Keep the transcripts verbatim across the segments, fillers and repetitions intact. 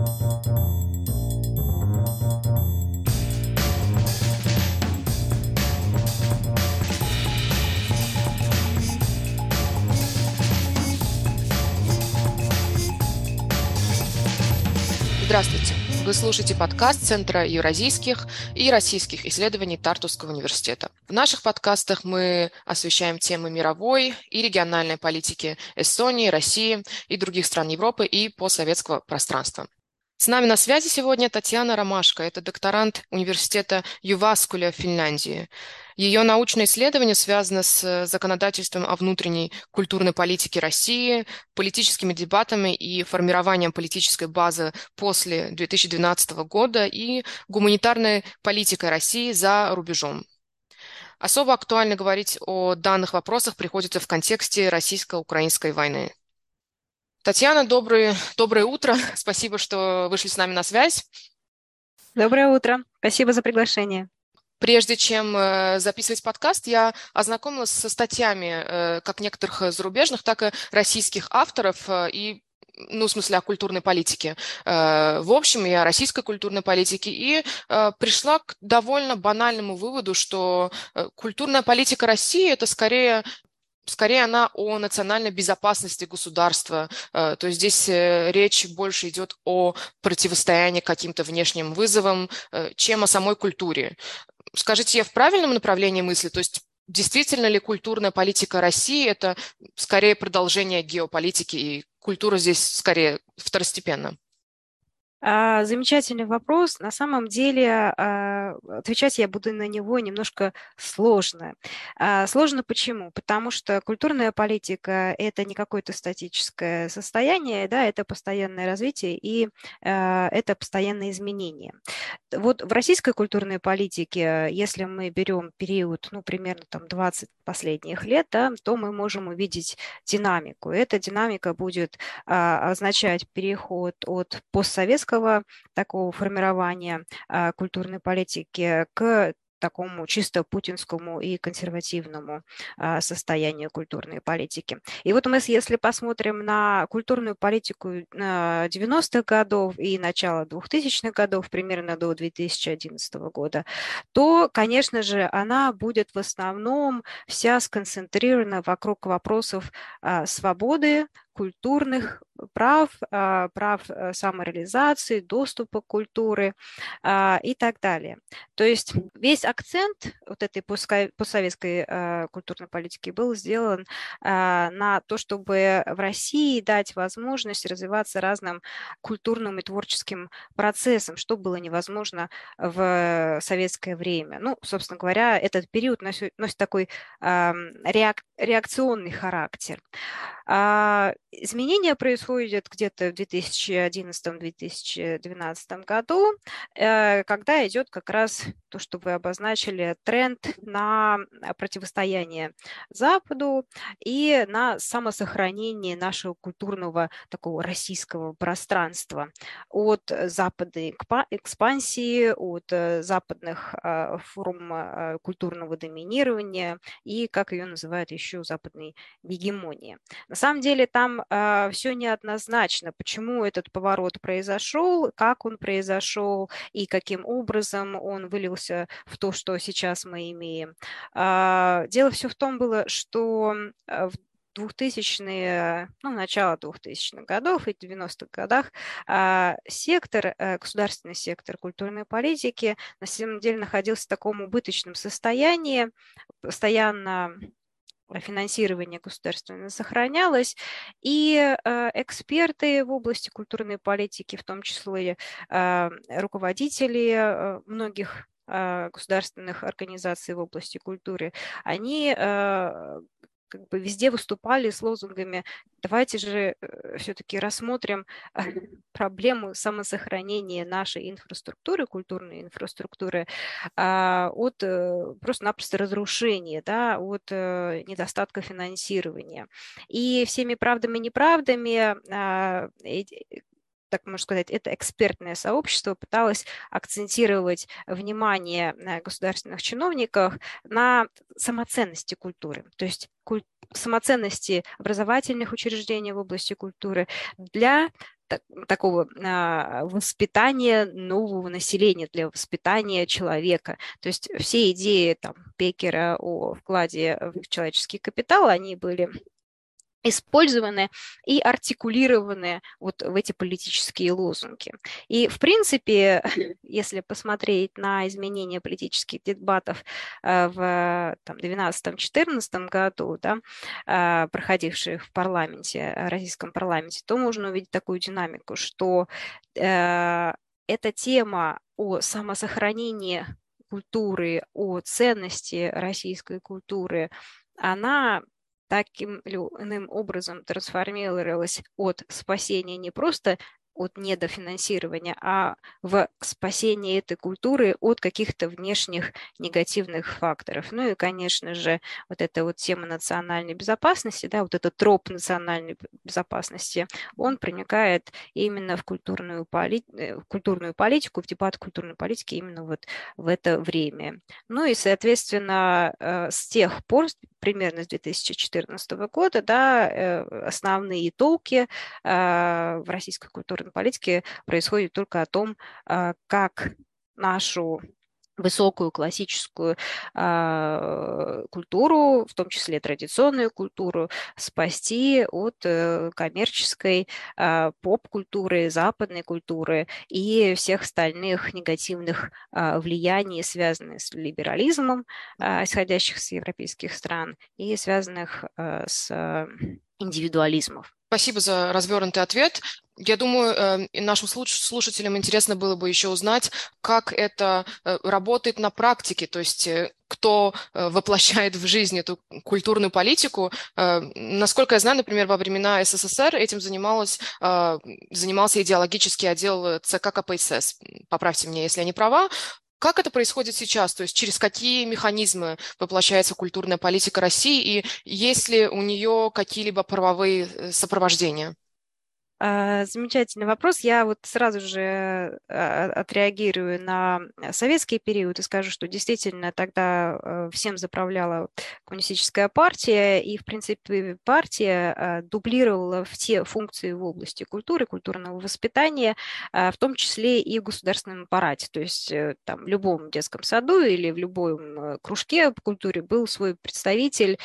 Здравствуйте! Вы слушаете подкаст Центра евразийских и российских исследований Тартусского университета. В наших подкастах мы освещаем темы мировой и региональной политики Эстонии, России и других стран Европы и постсоветского пространства. С нами на связи сегодня Татьяна Ромашко. Это докторант университета Юваскуля в Финляндии. Ее научное исследование связано с законодательством о внутренней культурной политике России, политическими дебатами и формированием политической базы после две тысячи двенадцатого года и гуманитарной политикой России за рубежом. Особо актуально говорить о данных вопросах приходится в контексте российско-украинской войны. Татьяна, доброе, доброе утро. Спасибо, что вышли с нами на связь. Доброе утро. Спасибо за приглашение. Прежде чем э, записывать подкаст, я ознакомилась со статьями э, как некоторых зарубежных, так и российских авторов э, и ну, в смысле, о культурной политике, э, в общем, и о российской культурной политике, и э, пришла к довольно банальному выводу, что э, культурная политика России – это скорее Скорее она о национальной безопасности государства. То есть здесь речь больше идет о противостоянии каким-то внешним вызовам, чем о самой культуре. Скажите, я в правильном направлении мысли? То есть действительно ли культурная политика России – это скорее продолжение геополитики, и культура здесь скорее второстепенна? Замечательный вопрос. На самом деле отвечать я буду на него немножко сложно. Сложно почему? Потому что культурная политика – это не какое-то статическое состояние, да, это постоянное развитие и это постоянное изменение. Вот в российской культурной политике, если мы берем период, ну, примерно там двадцать последних лет, да, то мы можем увидеть динамику. Эта динамика будет означать переход от постсоветского такого формирования а, культурной политики к такому чисто путинскому и консервативному а, состоянию культурной политики. И вот мы, если посмотрим на культурную политику девяностых годов и начала двухтысячных годов, примерно до две тысячи одиннадцатого года, то, конечно же, она будет в основном вся сконцентрирована вокруг вопросов а, свободы, культурных прав, прав самореализации, доступа к культуре и так далее. То есть весь акцент вот этой постсоветской культурной политики был сделан на то, чтобы в России дать возможность развиваться разным культурным и творческим процессам, что было невозможно в советское время. Ну, собственно говоря, этот период носит, носит такой реак, реакционный характер. Изменения происходят где-то в две тысячи одиннадцатом — две тысячи двенадцатом году, когда идет как раз то, что вы обозначили, тренд на противостояние Западу и на самосохранение нашего культурного такого российского пространства от западной экспансии, от западных форм культурного доминирования и, как ее называют еще, западной гегемонии. На самом деле там э, все неоднозначно, почему этот поворот произошел, как он произошел и каким образом он вылился в то, что сейчас мы имеем. Э, дело все в том было, что в двухтысячные, ну, начало двухтысячных годов и девяностых годах э, сектор, э, государственный сектор культурной политики на самом деле находился в таком убыточном состоянии, постоянно финансирование государственное сохранялось, и э, эксперты в области культурной политики, в том числе э, руководители э, многих э, государственных организаций в области культуры, они э, как бы везде выступали с лозунгами: давайте же все-таки рассмотрим проблему самосохранения нашей инфраструктуры, культурной инфраструктуры от просто-напросто разрушения, да, от недостатка финансирования. И всеми правдами и неправдами так можно сказать, это экспертное сообщество пыталось акцентировать внимание государственных чиновников на самоценности культуры, то есть самоценности образовательных учреждений в области культуры для так, такого а, воспитания нового населения, для воспитания человека. То есть все идеи там, Беккера о вкладе в человеческий капитал, они были использованы и артикулированы вот в эти политические лозунги. И, в принципе, если посмотреть на изменения политических дебатов э, в там, двенадцатом-четырнадцатом году, да, э, проходивших в парламенте, э, российском парламенте, то можно увидеть такую динамику, что э, эта тема о самосохранении культуры, о ценности российской культуры, она таким или иным образом трансформировалась от спасения не просто от недофинансирования, а в спасение этой культуры от каких-то внешних негативных факторов. Ну и, конечно же, вот эта вот тема национальной безопасности, да, вот этот троп национальной безопасности, он проникает именно в культурную, поли... в культурную политику, в дебат культурной политики именно вот в это время. Ну и, соответственно, с тех пор, примерно с две тысячи четырнадцатого года, да, основные толки в российской культурной политике происходят только о том, как нашу высокую классическую э, культуру, в том числе традиционную культуру, спасти от э, коммерческой э, поп-культуры, западной культуры и всех остальных негативных э, влияний, связанных с либерализмом, э, исходящих с европейских стран, и связанных э, с э, индивидуализмом. Спасибо за развернутый ответ. Я думаю, нашим слушателям интересно было бы еще узнать, как это работает на практике, то есть кто воплощает в жизнь эту культурную политику. Насколько я знаю, например, во времена СССР этим занималась, занимался идеологический отдел ЦК КПСС. Поправьте меня, если я не права. Как это происходит сейчас? То есть через какие механизмы воплощается культурная политика России и есть ли у нее какие-либо правовые сопровождения? Замечательный вопрос. Я вот сразу же отреагирую на советский период и скажу, что действительно тогда всем заправляла коммунистическая партия, и, в принципе, партия дублировала все функции в области культуры, культурного воспитания, в том числе и в государственном аппарате. То есть там, в любом детском саду или в любом кружке по культуре был свой представитель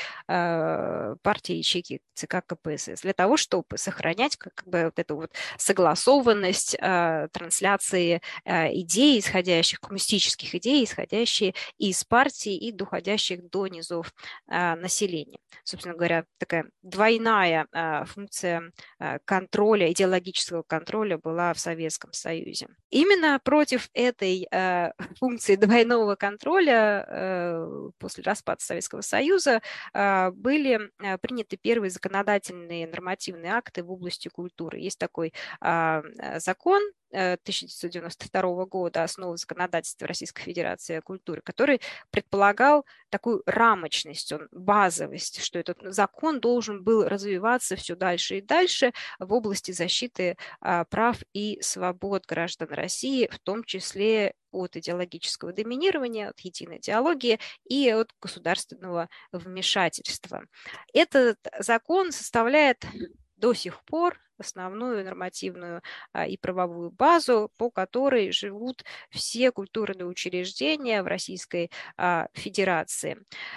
партии ячейки ЦК КПСС для того, чтобы сохранять как бы вот эту вот согласованность э, трансляции э, идей, исходящих, коммунистических идей, исходящие из партии и доходящих до низов э, населения. Собственно говоря, такая двойная э, функция э, контроля, идеологического контроля была в Советском Союзе. Именно против этой э, функции двойного контроля э, после распада Советского Союза э, были э, приняты первые законодательные нормативные акты в области культуры. Есть такой а, закон тысяча девятьсот девяносто второго года «Основы законодательства Российской Федерации о культуре», который предполагал такую рамочность, он, базовость, что этот закон должен был развиваться все дальше и дальше в области защиты а, прав и свобод граждан России, в том числе от идеологического доминирования, от единой идеологии и от государственного вмешательства. Этот закон составляет до сих пор основную нормативную а, и правовую базу, по которой живут все культурные учреждения в Российской а, Федерации.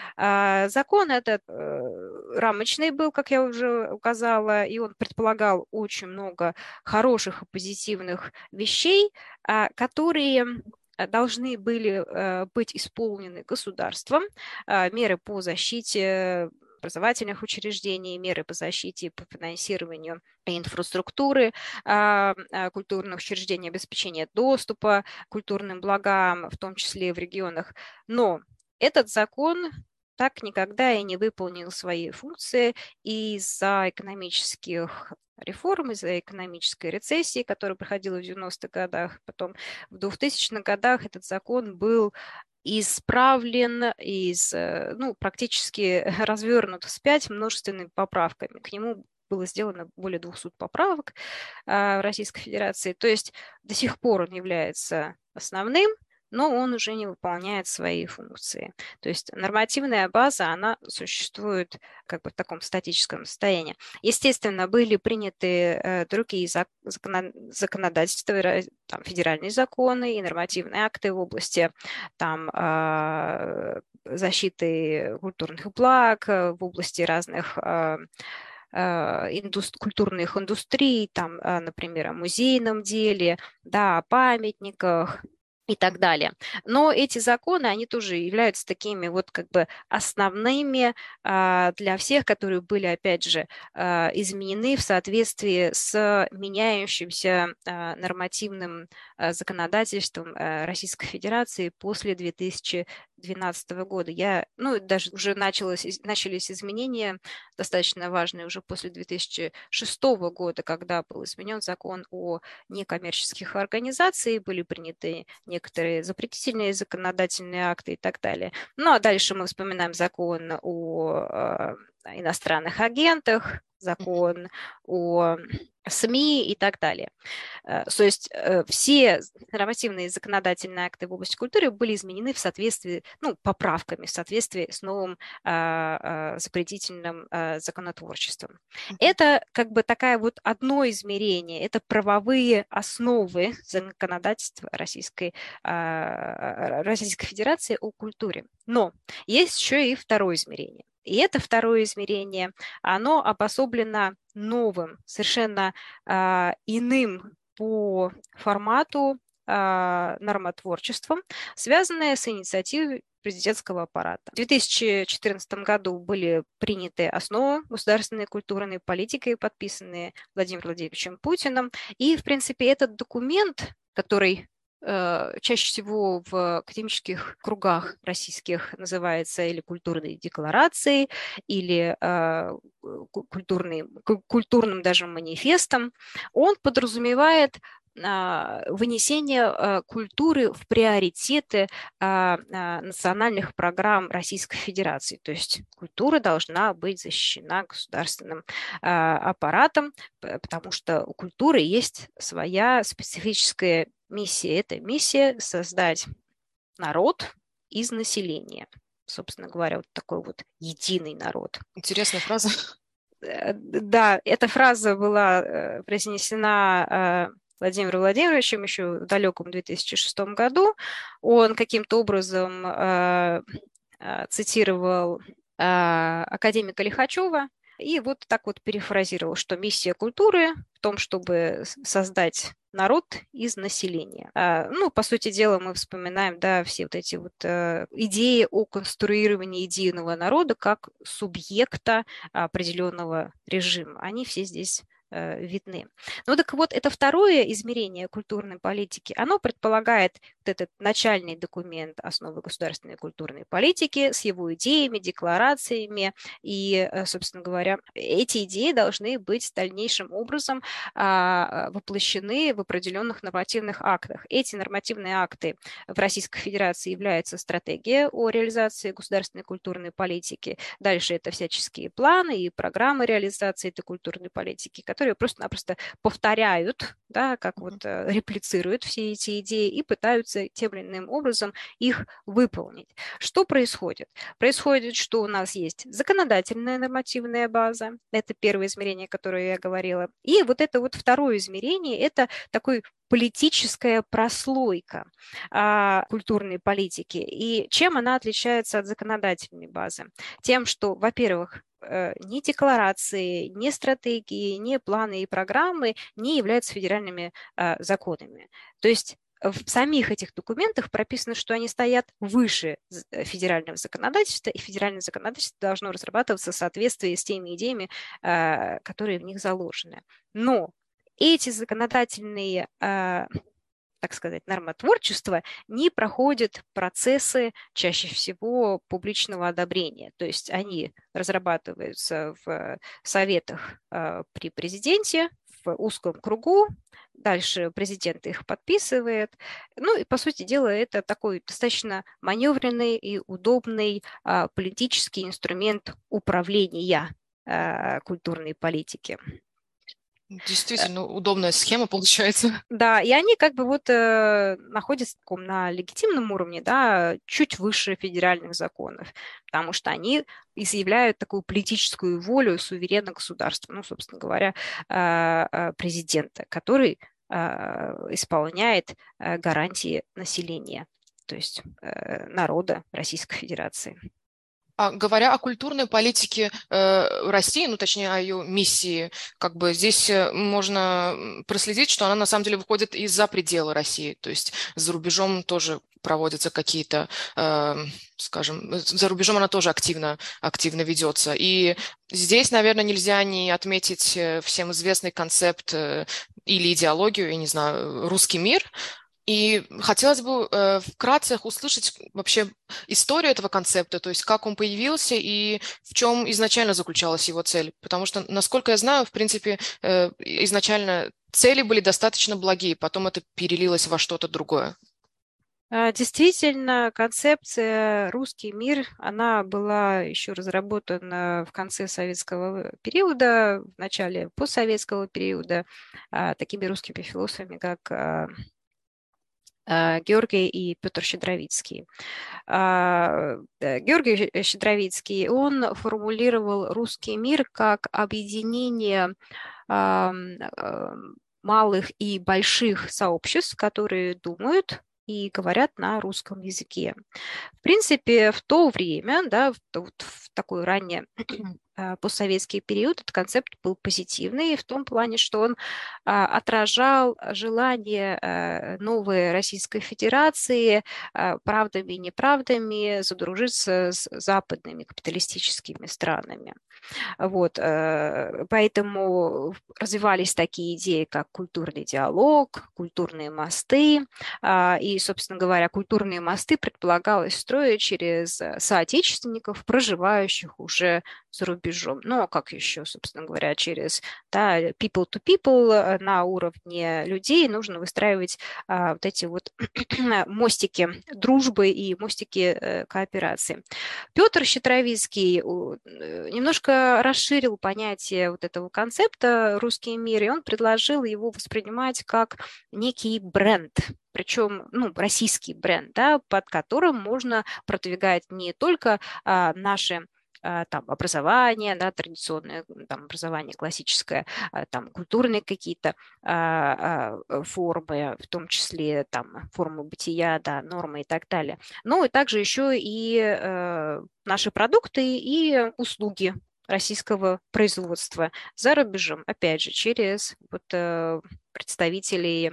А, закон этот э, рамочный был, как я уже указала, и он предполагал очень много хороших и позитивных вещей, а, которые должны были э, быть исполнены государством, э, меры по защите образовательных учреждений, меры по защите и по финансированию инфраструктуры культурных учреждений, обеспечения доступа к культурным благам, в том числе в регионах. Но этот закон так никогда и не выполнил свои функции из-за экономических реформ, из-за экономической рецессии, которая проходила в девяностых годах, потом в двухтысячных годах этот закон был исправлен, из, ну, практически развернут вспять множественными поправками. К нему было сделано более двухсот поправок в Российской Федерации. То есть до сих пор он является основным, но он уже не выполняет свои функции. То есть нормативная база, она существует как бы в таком статическом состоянии. Естественно, были приняты э, другие зак- закона- законодательства, там, федеральные законы и нормативные акты в области там, э, защиты культурных благ, э, в области разных э, индустри- культурных индустрий, там, например, о музейном деле, да, о памятниках и так далее. Но эти законы, они тоже являются такими вот как бы основными а, для всех, которые были, опять же, а, изменены в соответствии с меняющимся а, нормативным а, законодательством а, Российской Федерации после две тысячи двенадцатого года. Я, ну, даже уже началось, начались изменения достаточно важные уже после две тысячи шестого года, когда был изменен закон о некоммерческих организациях, были приняты некоторые запретительные законодательные акты и так далее. Ну а дальше мы вспоминаем закон о э, иностранных агентах, закон о СМИ и так далее. То есть все нормативные законодательные акты в области культуры были изменены в соответствии, ну, поправками, в соответствии с новым а, а, запретительным а, законотворчеством. Это как бы такая вот одно измерение, это правовые основы законодательства Российской, а, Российской Федерации о культуре. Но есть еще и второе измерение. И это второе измерение, оно обособлено новым, совершенно а, иным по формату а, нормотворчеством, связанное с инициативой президентского аппарата. В две тысячи четырнадцатом году были приняты основы государственной культурной политики, подписанные Владимиром Владимировичем Путиным. И, в принципе, этот документ, который чаще всего в академических кругах российских называется или культурной декларацией, или э, культурный, культурным даже манифестом, он подразумевает вынесение культуры в приоритеты национальных программ Российской Федерации. То есть культура должна быть защищена государственным аппаратом, потому что у культуры есть своя специфическая миссия. Это миссия создать народ из населения. Собственно говоря, вот такой вот единый народ. Интересная фраза. Да, эта фраза была произнесена Владимиром Владимировичем еще в далеком две тысячи шестом году. Он каким-то образом э, э, цитировал э, академика Лихачева и вот так вот перефразировал, что миссия культуры в том, чтобы создать народ из населения. А, ну, по сути дела, мы вспоминаем, да, все вот эти вот э, идеи о конструировании единого народа как субъекта определенного режима. Они все здесь видны. Ну так вот, это второе измерение культурной политики, оно предполагает вот этот начальный документ «Основы государственной культурной политики» с его идеями, декларациями, и, собственно говоря, эти идеи должны быть дальнейшим образом а, воплощены в определенных нормативных актах. Эти нормативные акты в Российской Федерации являются стратегия о реализации государственной культурной политики, дальше это всяческие планы и программы реализации этой культурной политики, которые которые просто-напросто повторяют, да, как вот реплицируют все эти идеи и пытаются тем или иным образом их выполнить. Что происходит? Происходит, что у нас есть законодательная нормативная база, это первое измерение, которое я говорила, и вот это вот второе измерение, это такой политическая прослойка а, культурной политики. И чем она отличается от законодательной базы? Тем, что, во-первых, ни декларации, ни стратегии, ни планы и программы не являются федеральными а, законами. То есть в самих этих документах прописано, что они стоят выше федерального законодательства, и федеральное законодательство должно разрабатываться в соответствии с теми идеями, а, которые в них заложены. Но эти законодательные, а, так сказать, нормотворчество не проходят процессы чаще всего публичного одобрения. То есть они разрабатываются в советах э, при президенте, в узком кругу, дальше президент их подписывает. Ну и, по сути дела, это такой достаточно маневренный и удобный э, политический инструмент управления э, культурной политики. Действительно удобная схема получается. Да, и они как бы вот э, находятся таком, на легитимном уровне, да, чуть выше федеральных законов, потому что они изъявляют такую политическую волю суверенного государства, ну, собственно говоря, э, э, президента, который э, исполняет э, гарантии населения, то есть э, народа Российской Федерации. А говоря о культурной политике э, России, ну точнее о ее миссии, как бы здесь э, можно м, проследить, что она на самом деле выходит из-за пределы России, то есть за рубежом тоже проводятся какие-то, э, скажем, э, за рубежом она тоже активно, активно ведется. И здесь, наверное, нельзя не отметить э, всем известный концепт э, или идеологию, я не знаю, русский мир. И хотелось бы э, вкратце услышать вообще историю этого концепта, то есть как он появился и в чем изначально заключалась его цель. Потому что, насколько я знаю, в принципе, э, изначально цели были достаточно благие, потом это перелилось во что-то другое. А, Действительно, концепция «русский мир», она была еще разработана в конце советского периода, в начале постсоветского периода, а, такими русскими философами, как а, а, Георгий и Петр Щедровицкий. А, э, Георгий Щедровицкий, он формулировал русский мир как объединение ам, ам, малых и больших сообществ, которые думают и говорят на русском языке. В принципе, в то время, да, в, то- вот в такой ранний а, постсоветский период, этот концепт был позитивный в том плане, что он а, отражал желание а, новой Российской Федерации а, правдами и неправдами задружиться с западными капиталистическими странами. Вот, э, поэтому развивались такие идеи, как культурный диалог, культурные мосты. а, И, собственно говоря, культурные мосты предполагалось строить через э, соотечественников, проживающих уже за рубежом. Ну, а как еще, собственно говоря, через да, people to people э, на уровне людей нужно выстраивать а, вот эти вот мостики дружбы и мостики э, кооперации. Петр Щитровицкий э, немножко расширил понятие вот этого концепта «русский мир», и он предложил его воспринимать как некий бренд, причем ну, российский бренд, да, под которым можно продвигать не только а, наши а, там, образование, да, традиционное там, образование классическое, а, там, культурные какие-то а, а, формы, в том числе там, формы бытия, да, нормы и так далее. Ну и также еще и э, наши продукты и услуги российского производства за рубежом, опять же, через вот, э, представителей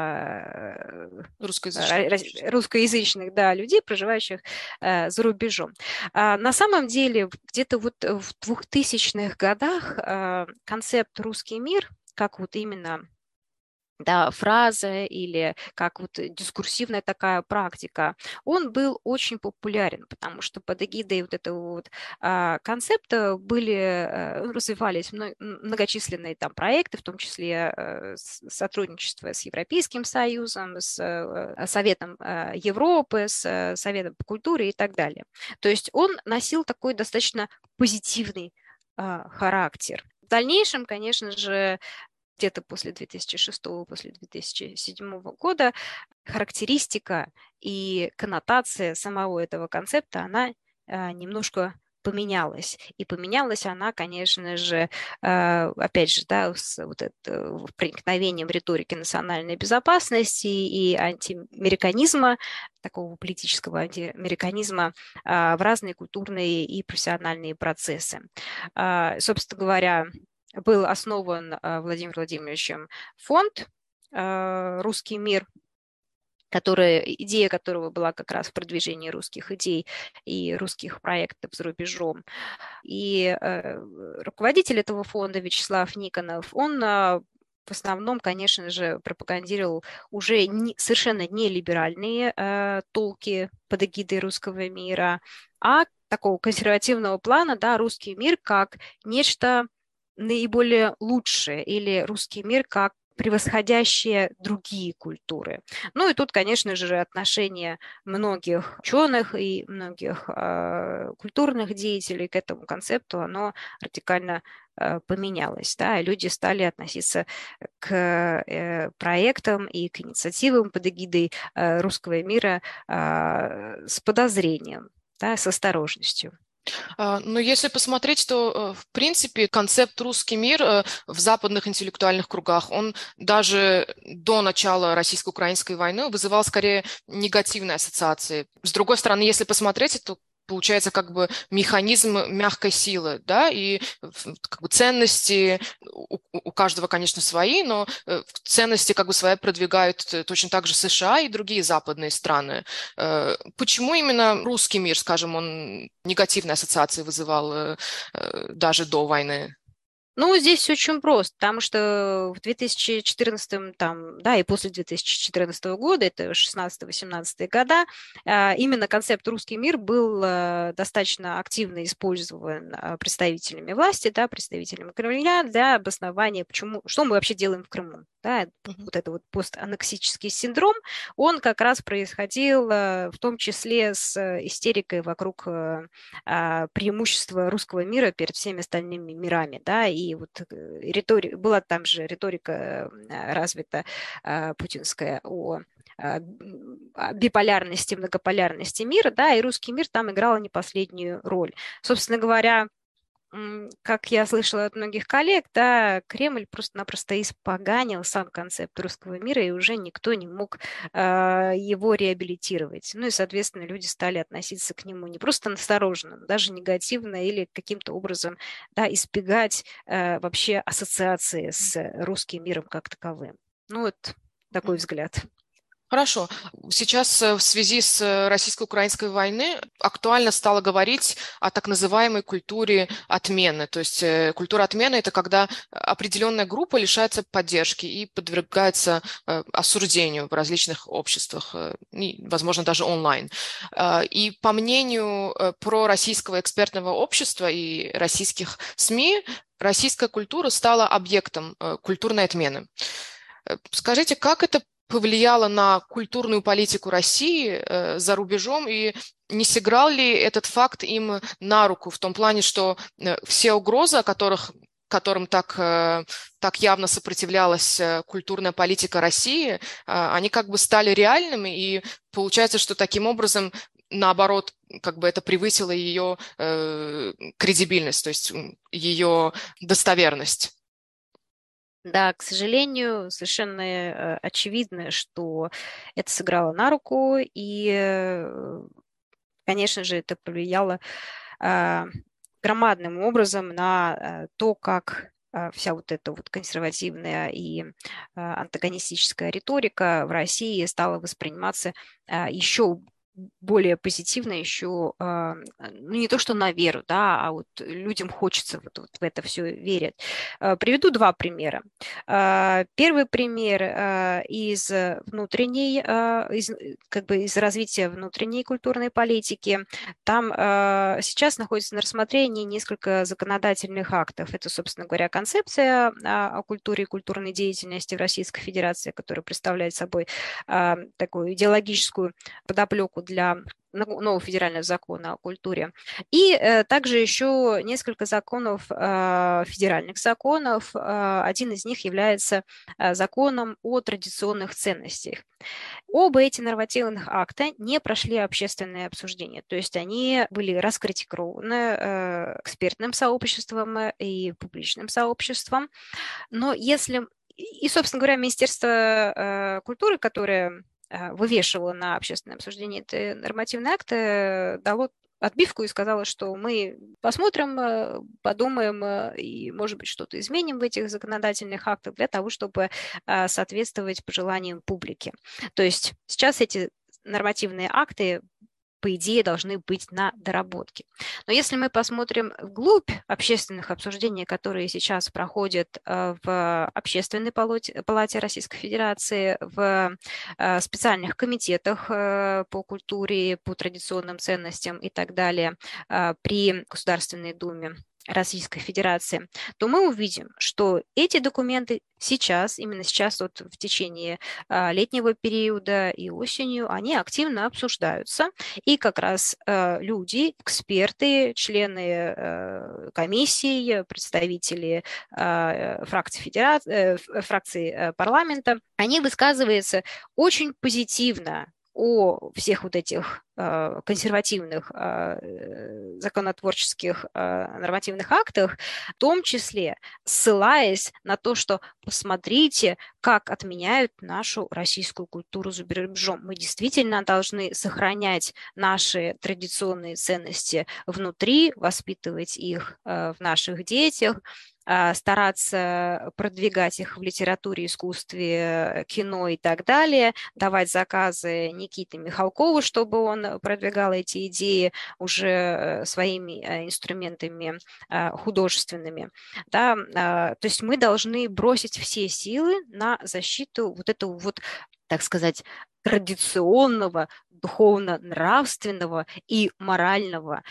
э, Русскоязычного ра- общества. русскоязычных, да, людей, проживающих э, за рубежом. А на самом деле, где-то вот в двухтысячных годах э, концепт «русский мир», как вот именно да, фраза или как вот дискурсивная такая практика, он был очень популярен, потому что под эгидой вот этого вот а, концепта были, а, развивались мно- многочисленные там проекты, в том числе а, с- сотрудничество с Европейским Союзом, с а, Советом а, Европы, с а, Советом по культуре и так далее. То есть он носил такой достаточно позитивный а, характер. В дальнейшем, конечно же, где-то после две тысячи шестого, после две тысячи седьмого года характеристика и коннотация самого этого концепта, она а, немножко поменялась. И поменялась она, конечно же, а, опять же, да, с вот это, проникновением риторики национальной безопасности и антиамериканизма, такого политического антиамериканизма а, в разные культурные и профессиональные процессы. А, Собственно говоря, был основан а, Владимиром Владимировичем фонд а, «Русский мир», которая, идея которого была как раз в продвижении русских идей и русских проектов за рубежом. И э, руководитель этого фонда Вячеслав Никонов, он э, в основном, конечно же, пропагандировал уже не, совершенно не либеральные э, толки под эгидой русского мира, а такого консервативного плана, да, русский мир как нечто наиболее лучшее или русский мир как превосходящие другие культуры. Ну и тут, конечно же, отношение многих ученых и многих э, культурных деятелей к этому концепту, оно радикально э, поменялось. Да? Люди стали относиться к э, проектам и к инициативам под эгидой э, русского мира э, с подозрением, да, с осторожностью. Но если посмотреть, то, в принципе, концепт «русский мир» э, в западных интеллектуальных кругах, он даже до начала российско-украинской войны вызывал скорее негативные ассоциации. С другой стороны, если посмотреть, то получается как бы механизм мягкой силы, да, и как бы ценности у, у каждого, конечно, свои, но ценности как бы свои продвигают точно так же США и другие западные страны. Почему именно русский мир, скажем, он негативные ассоциации вызывал даже до войны? Ну, здесь все очень просто, потому что в две тысячи четырнадцатом, там, да, и после две тысячи четырнадцатого года, это шестнадцатый-восемнадцатый года, именно концепт «русский мир» был достаточно активно использован представителями власти, да, представителями Кремля для обоснования, почему, что мы вообще делаем в Крыму. Да, вот это вот постаннексический синдром, он как раз происходил в том числе с истерикой вокруг преимущества русского мира перед всеми остальными мирами, да, и вот риторика, была там же риторика развита путинская о биполярности, многополярности мира, да, и русский мир там играл не последнюю роль. Собственно говоря, как я слышала от многих коллег, да, Кремль просто-напросто испоганил сам концепт русского мира, и уже никто не мог э, его реабилитировать. Ну и, соответственно, люди стали относиться к нему не просто настороженно, но даже негативно или каким-то образом, да, избегать э, вообще ассоциации с русским миром как таковым. Ну вот такой взгляд. Хорошо. Сейчас в связи с российско-украинской войной актуально стало говорить о так называемой культуре отмены. То есть культура отмены – это когда определенная группа лишается поддержки и подвергается осуждению в различных обществах, и, возможно, даже онлайн. И по мнению пророссийского экспертного общества и российских СМИ, российская культура стала объектом культурной отмены. Скажите, как это повлияло на культурную политику России э, за рубежом, и не сыграл ли этот факт им на руку в том плане, что э, все угрозы, о которых, которым так, э, так явно сопротивлялась э, культурная политика России, э, они как бы стали реальными, и получается, что таким образом, наоборот, как бы это превысило ее э, кредибильность, то есть ее достоверность? Да, к сожалению, совершенно очевидно, что это сыграло на руку, и, конечно же, это повлияло громадным образом на то, как вся вот эта вот консервативная и антагонистическая риторика в России стала восприниматься еще более позитивно, еще, ну, не то что на веру, да, а вот людям хочется вот, вот в это все верить. Приведу два примера. Первый пример из внутренней, из, как бы из развития внутренней культурной политики. Там сейчас находится на рассмотрении несколько законодательных актов. Это, собственно говоря, концепция о культуре и культурной деятельности в Российской Федерации, которая представляет собой такую идеологическую подоплеку для нового федерального закона о культуре. И э, также еще несколько законов, э, федеральных законов. Э, один из них является э, законом о традиционных ценностях. Оба эти нормативных акта не прошли общественное обсуждение, то есть они были раскритикованы э, экспертным сообществом и публичным сообществом. Но если... И, собственно говоря, Министерство э, культуры, которое вывешивала на общественное обсуждение это нормативный акт, дало отбивку и сказала, что мы посмотрим, подумаем и, может быть, что-то изменим в этих законодательных актах для того, чтобы соответствовать пожеланиям публики. То есть сейчас эти нормативные акты, по идее, должны быть на доработке. Но если мы посмотрим вглубь общественных обсуждений, которые сейчас проходят в Общественной палате Российской Федерации, в специальных комитетах по культуре, по традиционным ценностям и так далее при Государственной Думе, Российской Федерации, то мы увидим, что эти документы сейчас, именно сейчас, вот в течение а, летнего периода и осенью, они активно обсуждаются. И как раз а, люди, эксперты, члены а, комиссии, представители а, фракции, федерации, фракции парламента, они высказываются очень позитивно о всех вот этих э, консервативных э, законотворческих э, нормативных актах, в том числе ссылаясь на то, что посмотрите, как отменяют нашу российскую культуру за рубежом. Мы действительно должны сохранять наши традиционные ценности внутри, воспитывать их э, в наших детях, стараться продвигать их в литературе, искусстве, кино и так далее, давать заказы Никите Михалкову, чтобы он продвигал эти идеи уже своими инструментами художественными. Да? То есть мы должны бросить все силы на защиту вот этого вот, так сказать, традиционного, духовно-нравственного и морального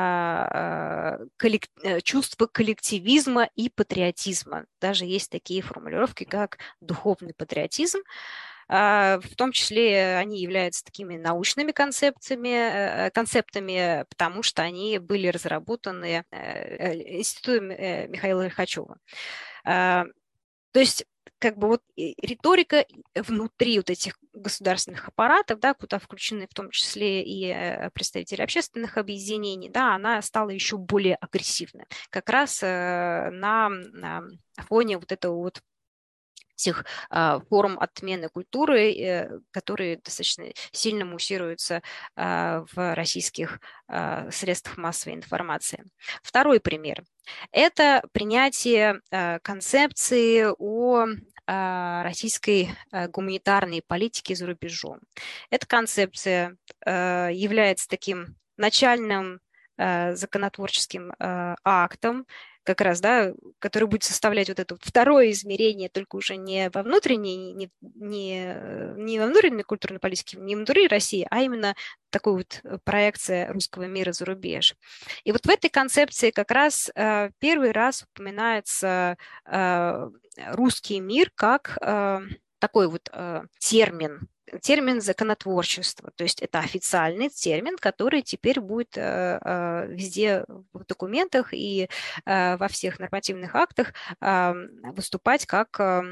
э, коллек... чувства коллективизма и патриотизма. Даже есть такие формулировки, как духовный патриотизм. Э, в том числе они являются такими научными концепциями, э, концептами, потому что они были разработаны э, Институтом э, Михаила Лихачева. Э, то есть как бы вот риторика внутри вот этих государственных аппаратов, да, куда включены в том числе и представители общественных объединений, да, она стала еще более агрессивной. Как раз на, на фоне вот этого вот тех форм отмены культуры, которые достаточно сильно муссируются в российских средствах массовой информации. Второй пример – это принятие концепции о российской гуманитарной политике за рубежом. Эта концепция является таким начальным законотворческим актом, как раз, да, который будет составлять вот это второе измерение, только уже не во внутренней, не, не, не во внутренней культурной политике, не внутри России, а именно такой вот проекция русского мира за рубеж. И вот в этой концепции как раз э, первый раз упоминается э, русский мир как э, такой вот э, термин, термин законотворчества. То есть это официальный термин, который теперь будет э, э, везде в документах и э, во всех нормативных актах э, выступать как э,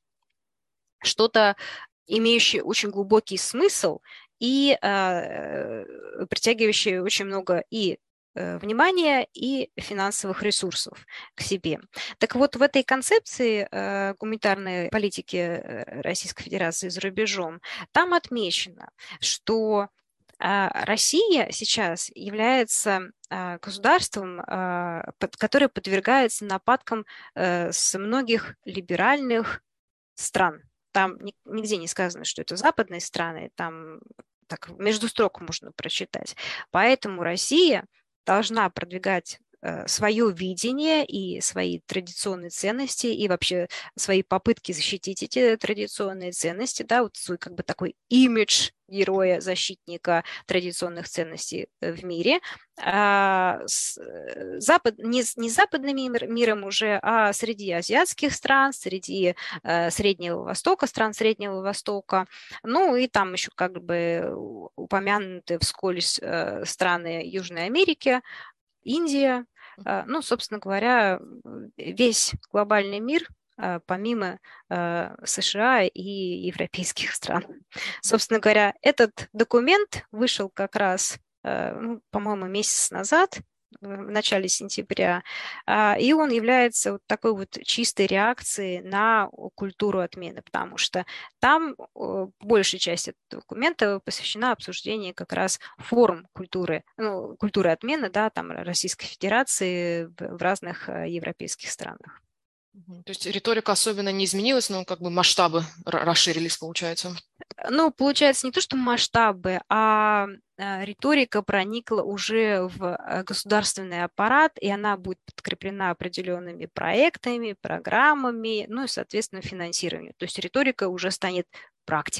что-то, имеющее очень глубокий смысл и э, притягивающее очень много и внимания и финансовых ресурсов к себе. Так вот, в этой концепции э, гуманитарной политики Российской Федерации за рубежом там отмечено, что э, Россия сейчас является э, государством, э, под, которое подвергается нападкам э, с многих либеральных стран. Там нигде не сказано, что это западные страны, там так между строк можно прочитать. Поэтому Россия должна продвигать э, свое видение и свои традиционные ценности, и вообще свои попытки защитить эти традиционные ценности, да, вот свой как бы такой имидж героя, защитника традиционных ценностей в мире, а, с, запад, не, не с западным миром уже, а среди азиатских стран, среди э, Среднего Востока, стран Среднего Востока, ну и там еще как бы упомянуты вскользь э, страны Южной Америки, Индия, э, ну, собственно говоря, весь глобальный мир, помимо э, США и европейских стран. Собственно говоря, этот документ вышел как раз, э, ну, по-моему, месяц назад, в начале сентября, э, и он является вот такой вот чистой реакцией на культуру отмены, потому что там э, большая часть этого документа посвящена обсуждению как раз форм культуры, ну, культуры отмены, да, там Российской Федерации в, в разных э, европейских странах. То есть риторика особенно не изменилась, но как бы масштабы расширились, получается. Ну, получается не то, что масштабы, а риторика проникла уже в государственный аппарат, и она будет подкреплена определенными проектами, программами, ну и, соответственно, финансированием. То есть риторика уже станет практикой.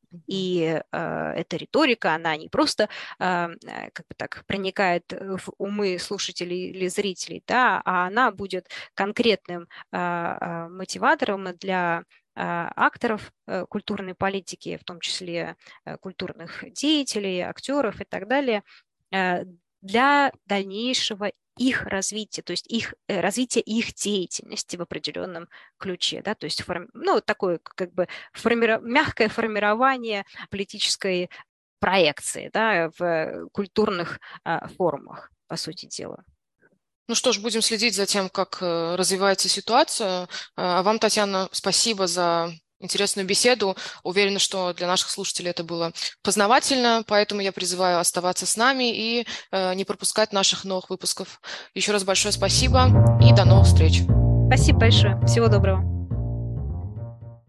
И э, эта риторика, она не просто э, как бы так проникает в умы слушателей или зрителей, да, а она будет конкретным э, э, мотиватором для акторов культурной политики, в том числе культурных деятелей, актеров и так далее, для дальнейшего их развития, то есть их, развития их деятельности в определенном ключе, да, то есть форми, ну, такое как бы форми, мягкое формирование политической проекции, да, в культурных а, формах, по сути дела. Ну что ж, будем следить за тем, как развивается ситуация. А вам, Татьяна, спасибо за интересную беседу. Уверена, что для наших слушателей это было познавательно, поэтому я призываю оставаться с нами и не пропускать наших новых выпусков. Еще раз большое спасибо и до новых встреч. Спасибо большое. Всего доброго.